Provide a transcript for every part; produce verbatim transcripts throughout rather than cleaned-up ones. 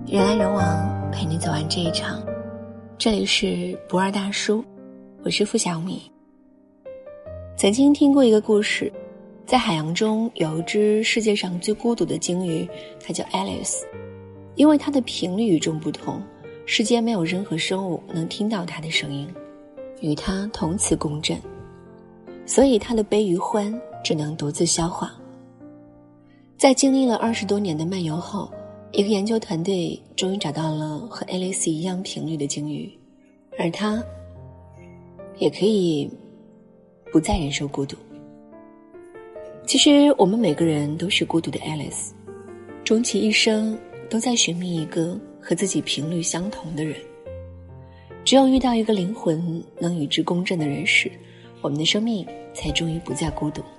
人来人往，陪你走完这一场。这里是不二大叔，我是付小米。曾经听过一个故事，在海洋中有一只世界上最孤独的鲸鱼，它叫 Alice。 因为它的频率与众不同，世间没有任何生物能听到它的声音，与它同磁共振，所以它的悲与欢只能独自消化。在经历了二十多年的漫游后，一个研究团队终于找到了和 Alice 一样频率的鲸鱼，而它也可以不再忍受孤独。其实我们每个人都是孤独的 Alice， 终其一生都在寻觅一个和自己频率相同的人。只有遇到一个灵魂能与之共振的人时，我们的生命才终于不再孤独。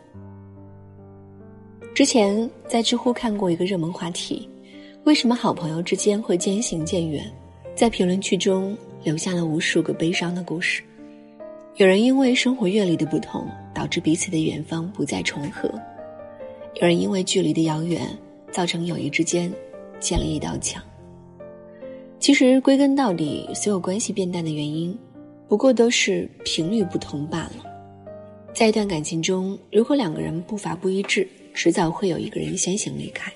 之前在知乎看过一个热门话题，为什么好朋友之间会渐行渐远？在评论区中留下了无数个悲伤的故事。有人因为生活阅历的不同，导致彼此的远方不再重合；有人因为距离的遥远，造成友谊之间建了一道墙。其实归根到底，所有关系变淡的原因，不过都是频率不同罢了。在一段感情中，如果两个人步伐不一致，迟早会有一个人先行离开。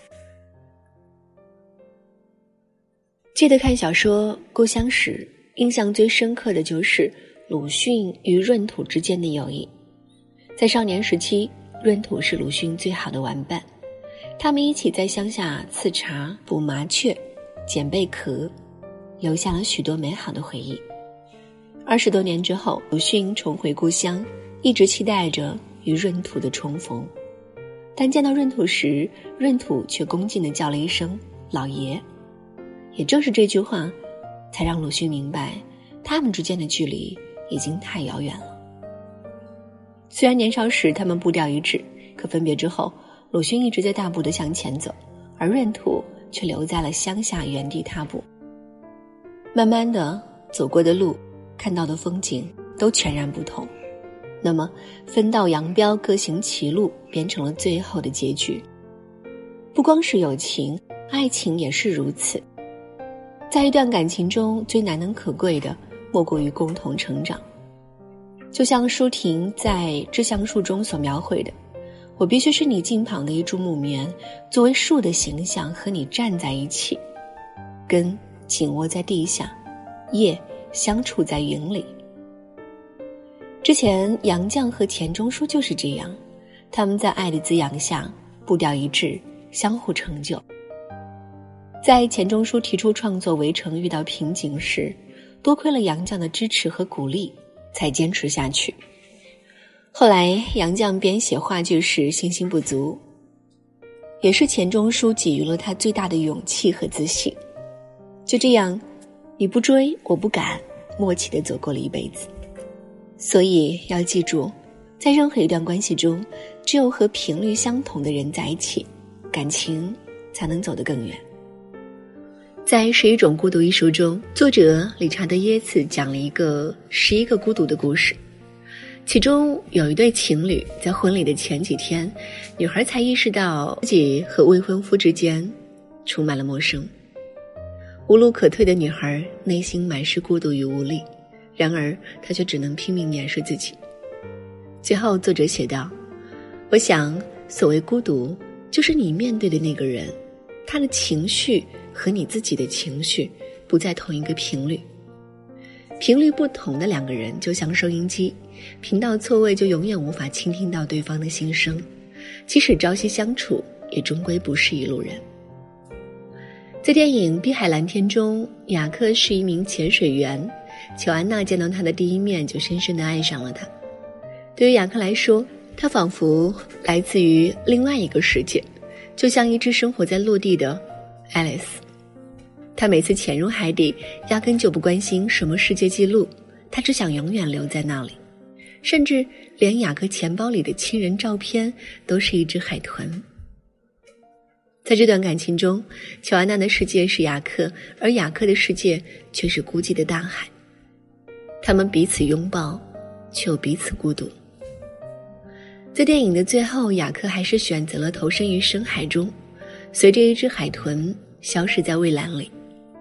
记得看小说《故乡》时，印象最深刻的就是鲁迅与闰土之间的友谊。在少年时期，闰土是鲁迅最好的玩伴，他们一起在乡下刺茶、捕麻雀、捡贝壳，留下了许多美好的回忆。二十多年之后，鲁迅重回故乡，一直期待着与闰土的重逢。但见到闰土时，闰土却恭敬地叫了一声老爷。也正是这句话，才让鲁迅明白，他们之间的距离已经太遥远了。虽然年少时他们步调一致，可分别之后，鲁迅一直在大步地向前走，而闰土却留在了乡下原地踏步。慢慢的，走过的路，看到的风景都全然不同。那么分道扬镳，各行其路，变成了最后的结局。不光是友情，爱情也是如此。在一段感情中，最难能可贵的莫过于共同成长。就像舒婷在《致橡树》中所描绘的，我必须是你近旁的一株木棉，作为树的形象和你站在一起，根紧握在地下，叶相触在云里。之前杨绛和钱钟书就是这样，他们在爱的滋养下步调一致，相互成就。在钱钟书提出创作《围城》遇到瓶颈时，多亏了杨绛的支持和鼓励，才坚持下去。后来杨绛编写话剧时信心不足，也是钱钟书给予了他最大的勇气和自信。就这样，你不追我不赶，默契地走过了一辈子。所以要记住，在任何一段关系中，只有和频率相同的人在一起，感情才能走得更远。在《十一种孤独》一书中，作者理查德耶茨讲了一个十一个孤独的故事。其中有一对情侣，在婚礼的前几天，女孩才意识到自己和未婚夫之间充满了陌生。无路可退的女孩内心满是孤独与无力，然而她却只能拼命掩饰自己。最后作者写道，我想所谓孤独，就是你面对的那个人，他的情绪和你自己的情绪不在同一个频率。频率不同的两个人就像收音机，频道错位就永远无法倾听到对方的心声，即使朝夕相处，也终归不是一路人。在电影《碧海蓝天》中，雅克是一名潜水员，乔安娜见到他的第一面就深深地爱上了他。对于雅克来说，他仿佛来自于另外一个世界，就像一只生活在陆地的 Alice。 他每次潜入海底，压根就不关心什么世界纪录，他只想永远留在那里，甚至连雅克钱包里的亲人照片都是一只海豚。在这段感情中，乔安娜的世界是雅克，而雅克的世界却是孤寂的大海。他们彼此拥抱，却又彼此孤独。在电影的最后，雅克还是选择了投身于深海中，随着一只海豚消失在蔚蓝里。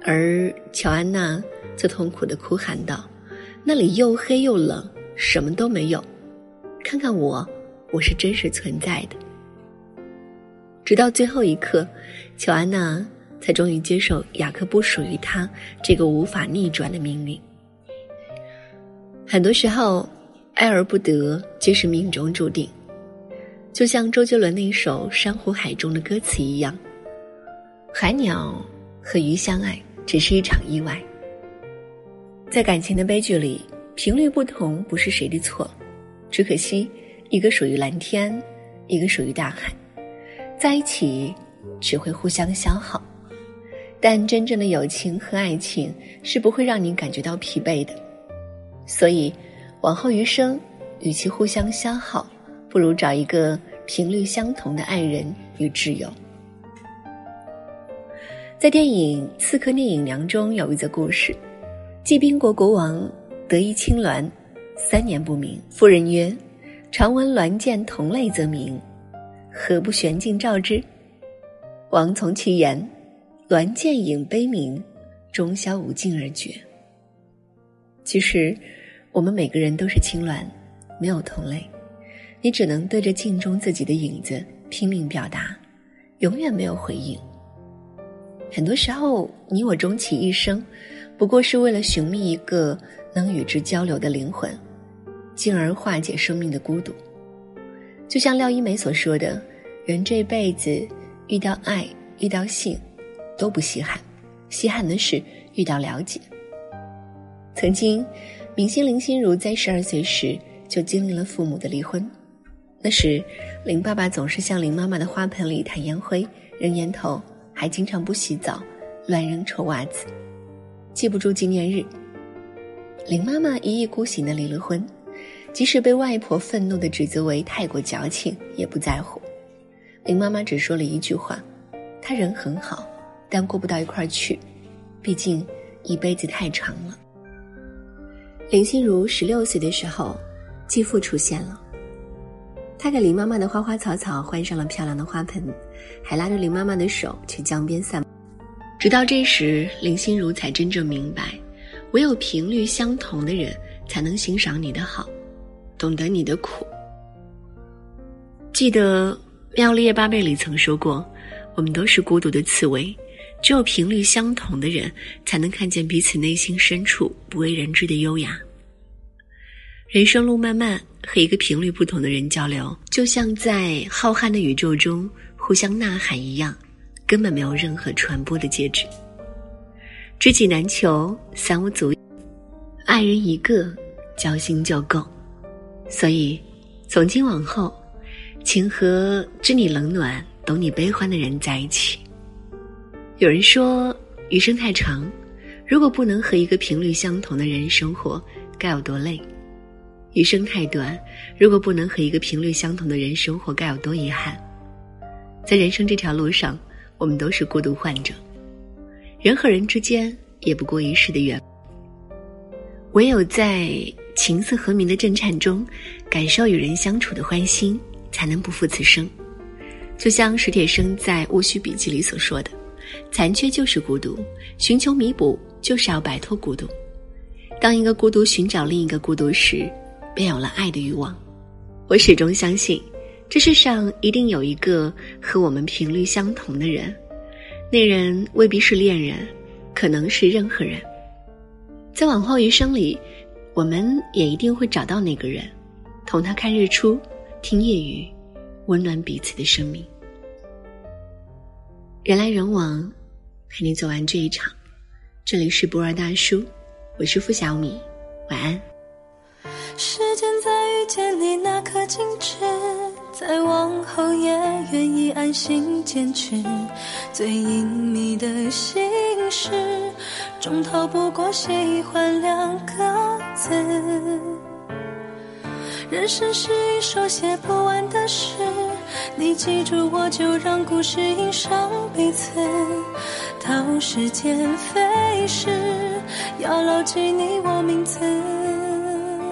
而乔安娜则痛苦地哭喊道，那里又黑又冷，什么都没有，看看我，我是真实存在的。直到最后一刻，乔安娜才终于接受雅各不属于她这个无法逆转的命运。很多时候，爱而不得皆是命中注定，就像周杰伦那首《珊瑚海》中的歌词一样，海鸟和鱼相爱只是一场意外。在感情的悲剧里，频率不同不是谁的错，只可惜一个属于蓝天，一个属于大海，在一起只会互相消耗。但真正的友情和爱情是不会让你感觉到疲惫的，所以往后余生，与其互相消耗，不如找一个频率相同的爱人与挚友。在电影《刺客聂隐娘》中有一则故事，晋宾国国王得意青鸾，三年不鸣。夫人曰，常闻鸾见同类则鸣，何不悬镜照之？王从其言，鸾见影悲鸣，终宵无尽而绝。其实我们每个人都是青鸾，没有同类，你只能对着镜中自己的影子拼命表达，永远没有回应。很多时候，你我终其一生，不过是为了寻觅一个能与之交流的灵魂，进而化解生命的孤独。就像廖一梅所说的，人这辈子遇到爱，遇到性都不稀罕，稀罕的是遇到了解。曾经明星林心如在十二岁时就经历了父母的离婚，那时林爸爸总是向林妈妈的花盆里弹烟灰，扔烟头，还经常不洗澡，乱扔臭袜子，记不住纪念日。林妈妈一意孤行地离了婚，即使被外婆愤怒地指责为太过矫情，也不在乎。林妈妈只说了一句话，他人很好，但过不到一块儿去，毕竟一辈子太长了。林心如十六岁的时候，继父出现了，他给林妈妈的花花草草换上了漂亮的花盆，还拉着林妈妈的手去江边散步。直到这时，林心如才真正明白，唯有频率相同的人才能欣赏你的好，懂得你的苦。记得妙丽叶巴贝里曾说过，我们都是孤独的刺猬，只有频率相同的人才能看见彼此内心深处不为人知的优雅。人生路漫漫，和一个频率不同的人交流，就像在浩瀚的宇宙中互相呐喊一样，根本没有任何传播的介质。知己难求，三五足矣，爱人一个，交心就够。所以从今往后，请和知你冷暖，懂你悲欢的人在一起。有人说余生太长，如果不能和一个频率相同的人生活，该有多累。余生太短，如果不能和一个频率相同的人生活，该有多遗憾。在人生这条路上，我们都是孤独患者，人和人之间也不过一世的缘。唯有在琴瑟和鸣的震颤中，感受与人相处的欢欣，才能不负此生。就像史铁生在《戊戌笔记》里所说的，残缺就是孤独，寻求弥补就是要摆脱孤独。当一个孤独寻找另一个孤独时，便有了爱的欲望。我始终相信，这世上一定有一个和我们频率相同的人，那人未必是恋人，可能是任何人。在往后余生里，我们也一定会找到那个人，同他看日出，听夜雨，温暖彼此的生命。人来人往，陪你走完这一场。这里是博尔大叔，我是付小米，晚安。 时间在遇见你那刻静止，在往后也愿意安心坚持，最隐秘的心事终逃不过喜欢两个字。人生是一首写不完的诗，你记住我就让故事印上彼此，到时间飞逝，要牢记你我名字。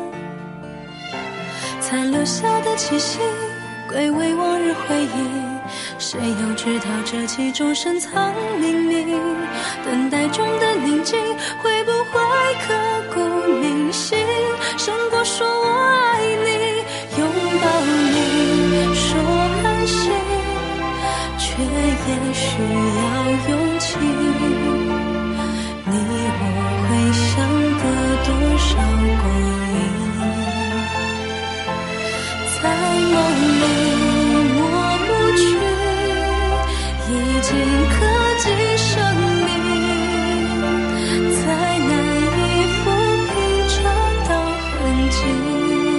残留下的气息归为往日回忆， 谁又知道这其中深藏秘密？等待中的宁静，会不会刻骨铭心，胜过说我爱你？拥抱你，说安心，却也需要勇气。你我会相隔多少光阴？在梦里抹不去，已经刻进生命，再难以抚平这道痕迹。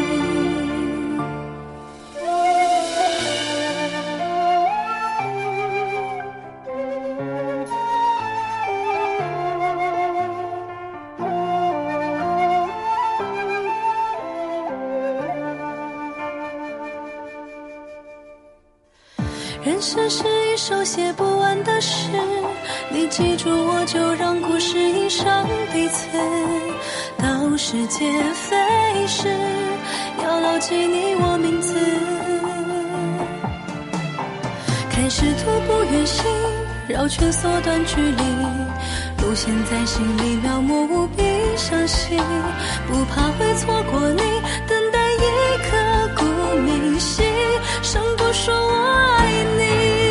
人生是一首写不完的诗，你记住我就让故事印上彼此。到世界飞逝，要牢记你我名字。开始徒步远行，绕圈缩短距离，路线在心里描摹无比详细，不怕会错过你，等待一刻骨铭心，胜过说我爱你。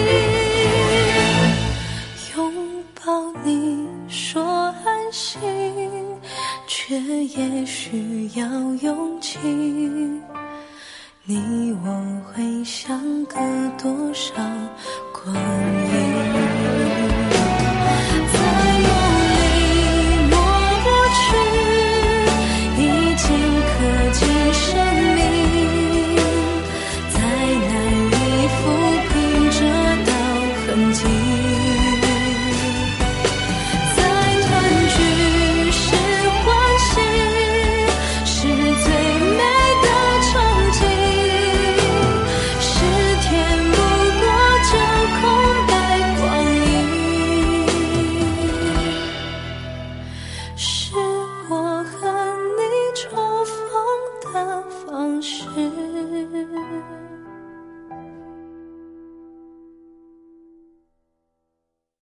拥抱你，说安心，却也需要勇气。你我会相隔多少